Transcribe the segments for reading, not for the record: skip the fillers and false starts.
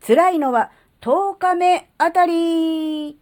辛いのは10日目あたり。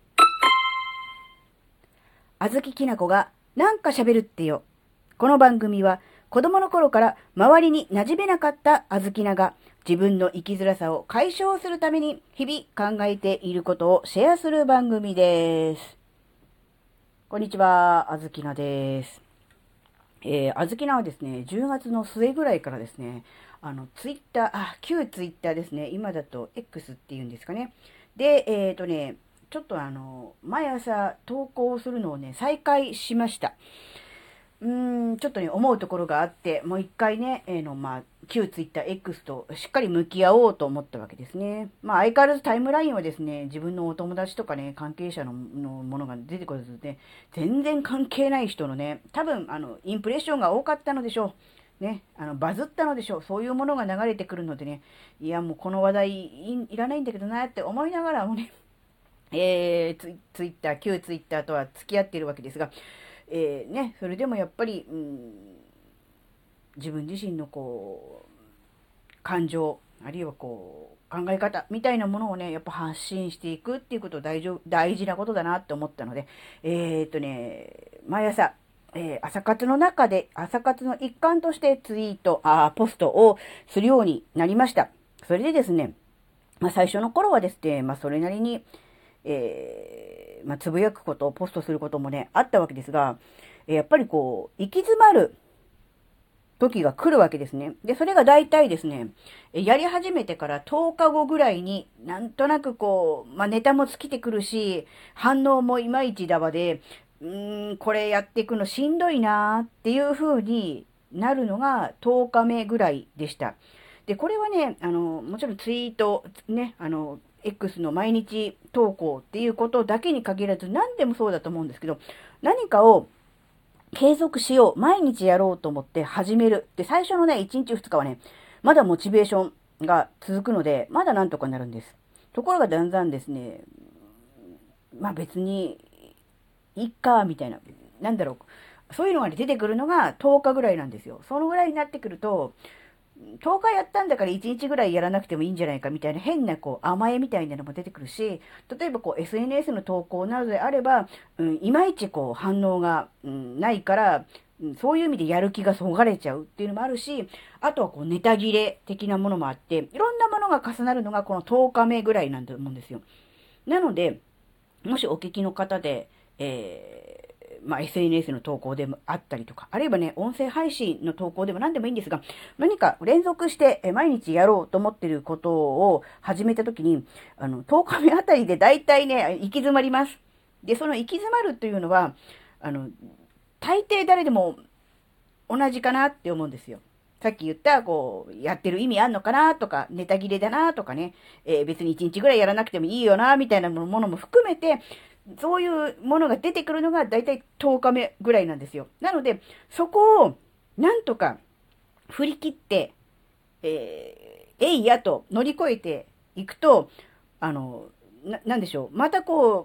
あずききなこがなんか喋るってよ。この番組は子供の頃から周りに馴染めなかったあずきなが自分の生きづらさを解消するために日々考えていることをシェアする番組です。こんにちは、あずきなです。あずきなはですね、10月の末ぐらいからですね、ツイッター、旧ツイッターですね、今だと X っていうんですかね。で、ちょっと毎朝投稿するのをね、再開しました。ちょっとね、思うところがあって、もう一回ね、旧ツイッター X としっかり向き合おうと思ったわけですね。相変わらずタイムラインはですね、自分のお友達とかね、関係者のものが出てこずね、全然関係ない人のね、多分、インプレッションが多かったのでしょう。ね、バズったのでしょう。そういうものが流れてくるのでね、いや、もうこの話題いらないんだけどなって思いながらもね、ツイッター、旧ツイッターとは付き合っているわけですが、それでもやっぱり、自分自身の感情、あるいは考え方みたいなものをね、やっぱ発信していくっていうこと大事なことだなって思ったので、毎朝、朝活の中で、朝活の一環としてポストをするようになりました。それでですね、最初の頃はですね、それなりに、つぶやくことをポストすることもね、あったわけですが、やっぱり行き詰まる時が来るわけですね。で、それが大体ですね、やり始めてから10日後ぐらいになんとなくネタも尽きてくるし、反応もいまいちだわで、これやっていくのしんどいなーっていう風になるのが10日目ぐらいでした。で、これはね、もちろんツイート、ね、X の毎日投稿っていうことだけに限らず何でもそうだと思うんですけど、何かを継続しよう。毎日やろうと思って始める。で、最初のね、1日2日はね、まだモチベーションが続くので、まだなんとかなるんです。ところがだんだんですね、別に、いっか、みたいな。なんだろう。そういうのが出てくるのが10日ぐらいなんですよ。そのぐらいになってくると、10日やったんだから1日ぐらいやらなくてもいいんじゃないかみたいな変な甘えみたいなのも出てくるし、例えばSNS の投稿などであれば、いまいち反応が、ないから、そういう意味でやる気がそがれちゃうっていうのもあるし、あとはネタ切れ的なものもあって、いろんなものが重なるのがこの10日目ぐらいなんだと思うんですよ。なので、もしお聞きの方で、SNS の投稿でもあったりとか、あるいはね、音声配信の投稿でも何でもいいんですが、何か連続して毎日やろうと思っていることを始めたときに、10日目あたりで大体ね、行き詰まります。で、その行き詰まるというのは、大抵誰でも同じかなって思うんですよ。さっき言った、やってる意味あんのかなとか、ネタ切れだなとかね、別に1日ぐらいやらなくてもいいよな、みたいなものも含めて、そういうものが出てくるのがだいたい10日目ぐらいなんですよ。なので、そこをなんとか振り切って、えいやと乗り越えていくと、なんでしょう。また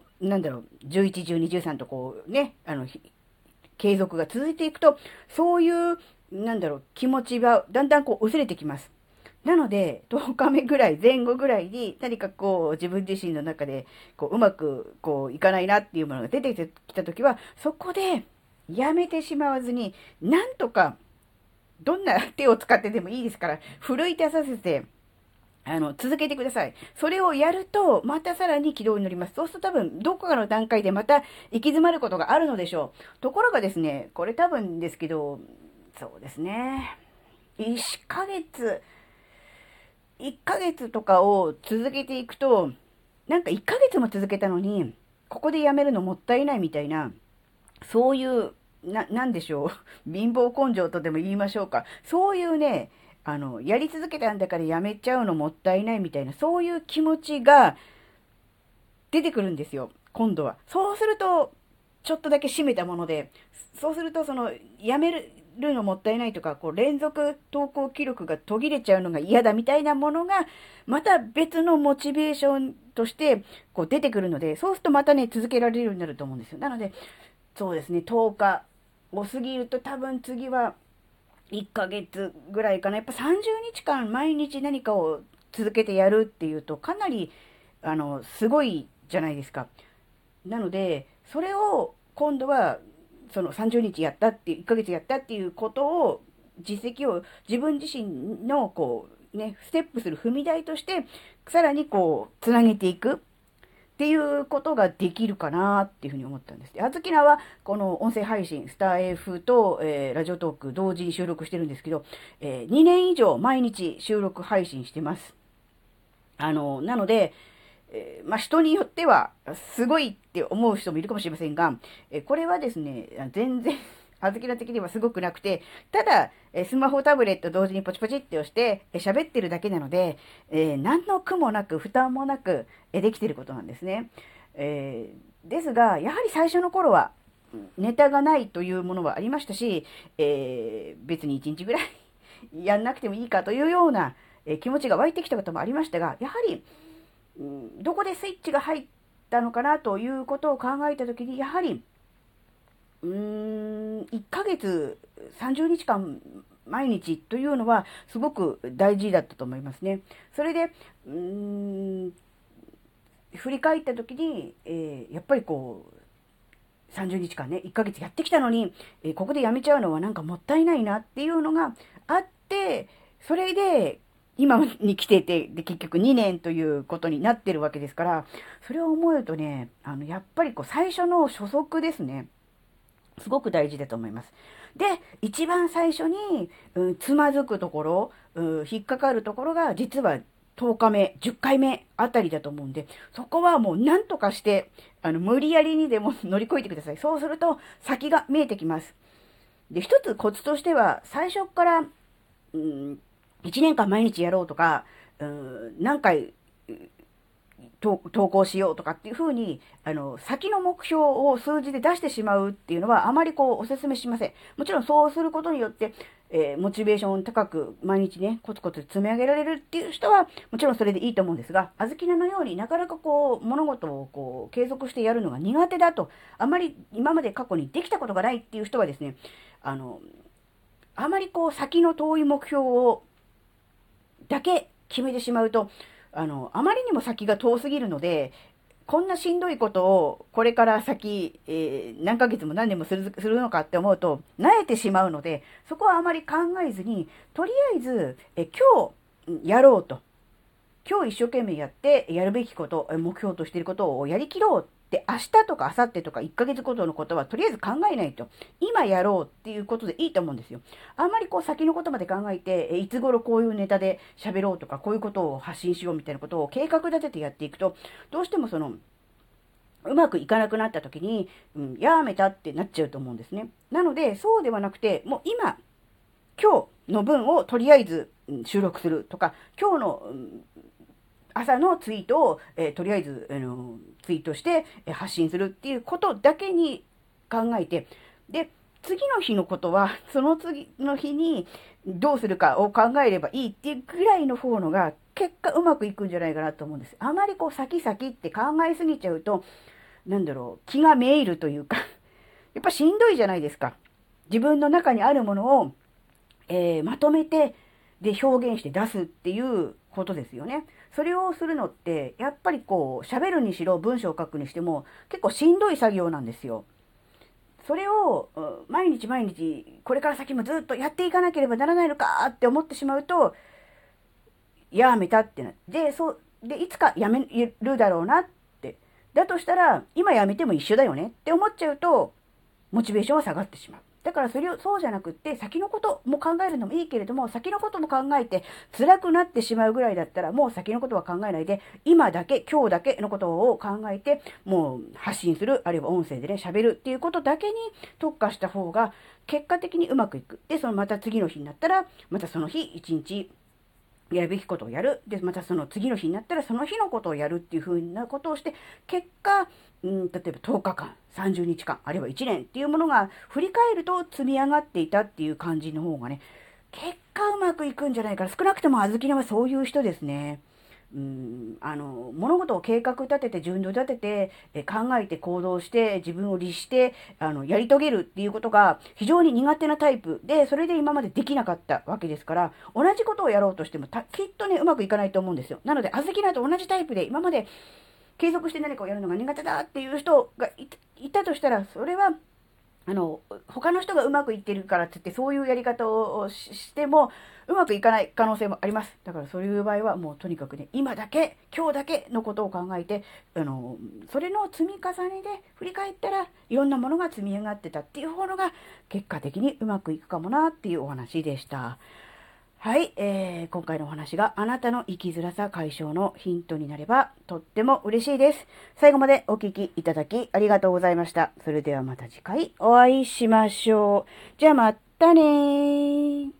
11、12、13と継続が続いていくと、そういう、気持ちがだんだん薄れてきます。なので、10日目ぐらい、前後ぐらいに、何か自分自身の中で、うまく、いかないなっていうものが出てきたときは、そこで、やめてしまわずに、なんとか、どんな手を使ってでもいいですから、奮い立たせて、続けてください。それをやると、またさらに軌道に乗ります。そうすると多分、どこかの段階でまた行き詰まることがあるのでしょう。ところがですね、これ多分ですけど、そうですね。1ヶ月、1ヶ月とかを続けていくと、なんか1ヶ月も続けたのに、ここでやめるのもったいないみたいな、そういう、なんでしょう。貧乏根性とでも言いましょうか。そういうね、やり続けたんだからやめちゃうのもったいないみたいな、そういう気持ちが出てくるんですよ。今度は。そうすると、ちょっとだけ締めたもので、そうすると、やめるのもったいないとか、連続投稿記録が途切れちゃうのが嫌だみたいなものが、また別のモチベーションとして、出てくるので、そうするとまたね、続けられるようになると思うんですよ。なので、そうですね、10日を過ぎると多分次は1ヶ月ぐらいかな。やっぱ30日間毎日何かを続けてやるっていうと、かなり、すごいじゃないですか。なので、それを今度は、その30日やったっていう、1ヶ月やったっていうことを、実績を自分自身の、こう、ね、ステップする踏み台として、さらにこう、つなげていく。っていうことができるかなっていうふうに思ったんです。で、あずきなは、この音声配信、スター F と、ラジオトーク同時に収録してるんですけど、2年以上毎日収録配信してます。なので、まあ、人によっては、すごいって思う人もいるかもしれませんが、これはですね、全然あずきな的にはすごくなくて、ただ、スマホ、タブレット同時にポチポチって押して、喋ってるだけなので、何の苦もなく、負担もなく、できてることなんですね。ですが、やはり最初の頃は、ネタがないというものはありましたし、別に1日ぐらいやんなくてもいいかというような、気持ちが湧いてきたこともありましたが、やはり、どこでスイッチが入ったのかなということを考えたときに、やはり、1ヶ月30日間毎日というのはすごく大事だったと思いますね。それで、振り返ったときに、やっぱりこう、30日間ね、1ヶ月やってきたのに、ここでやめちゃうのはなんかもったいないなっていうのがあって、それで、今に来てて、で、結局2年ということになってるわけですから、それを思うとね、やっぱりこう、最初の初速ですね。すごく大事だと思います。で、一番最初に、つまずくところ、引っかかるところが、実は10日目、10回目あたりだと思うんで、そこはもう何とかして、無理やりにでも乗り越えてください。そうすると、先が見えてきます。で、一つコツとしては、最初から、1年間毎日やろうとか、何回、投稿しようとかっていうふうに、先の目標を数字で出してしまうっていうのはあまりこうお勧めしません。もちろんそうすることによって、モチベーション高く毎日ね、コツコツ積み上げられるっていう人は、もちろんそれでいいと思うんですが、あずきなのようになかなかこう、物事をこう、継続してやるのが苦手だと、あまり今まで過去にできたことがないっていう人はですね、あまりこう、先の遠い目標を、だけ決めてしまうと、あまりにも先が遠すぎるので、こんなしんどいことをこれから先、何ヶ月も何年もするのかって思うと、慣れてしまうので、そこはあまり考えずに、とりあえず、今日やろうと。今日一生懸命やってやるべきこと、目標としていることをやりきろうって明日とか明後日とか1ヶ月ごとのことはとりあえず考えないと。今やろうっていうことでいいと思うんですよ。あんまりこう先のことまで考えて、いつ頃こういうネタで喋ろうとか、こういうことを発信しようみたいなことを計画立ててやっていくと、どうしてもその、うまくいかなくなった時に、やめたってなっちゃうと思うんですね。なので、そうではなくて、もう今日の分をとりあえず収録するとか、今日の朝のツイートを、とりあえず、ツイートして、発信するっていうことだけに考えて、で、次の日のことは、その次の日にどうするかを考えればいいっていうぐらいの方のが、結果うまくいくんじゃないかなと思うんです。あまりこう、先々って考えすぎちゃうと、気がめいるというかやっぱしんどいじゃないですか。自分の中にあるものを、まとめて、で、表現して出すっていうことですよね。それをするのって、やっぱりこう、喋るにしろ、文章を書くにしても、結構しんどい作業なんですよ。それを、毎日毎日、これから先もずっとやっていかなければならないのかって思ってしまうと、やめたってな。で、いつかやめるだろうなって。だとしたら、今やめても一緒だよねって思っちゃうと、モチベーションは下がってしまう。だからそうじゃなくって、先のことも考えるのもいいけれども、先のことも考えて、辛くなってしまうぐらいだったら、もう先のことは考えないで、今だけ、今日だけのことを考えて、もう発信する、あるいは音声でね、喋るっていうことだけに特化した方が、結果的にうまくいく。で、また次の日になったら、またその日、一日、やるべきことをやる。で、またその次の日になったらその日のことをやるっていう風なことをして、結果、例えば10日間、30日間、あるいは1年っていうものが振り返ると積み上がっていたっていう感じの方がね、結果うまくいくんじゃないかな。少なくともあずきなはそういう人ですね。 物事を計画立てて、順序立てて、考えて行動して、自分を律して、やり遂げるっていうことが非常に苦手なタイプで、それで今までできなかったわけですから、同じことをやろうとしてもきっとね、うまくいかないと思うんですよ。なので、あずきなと同じタイプで、今まで継続して何かをやるのが苦手だっていう人がいたとしたら、それは、他の人がうまくいってるからって言って、そういうやり方をしても、うまくいかない可能性もあります。だからそういう場合は、もうとにかくね、今だけ、今日だけのことを考えて、それの積み重ねで振り返ったら、いろんなものが積み上がってたっていう方のが、結果的にうまくいくかもなっていうお話でした。はい、今回のお話があなたの生きづらさ解消のヒントになればとっても嬉しいです。最後までお聞きいただきありがとうございました。それではまた次回お会いしましょう。じゃあまたねー。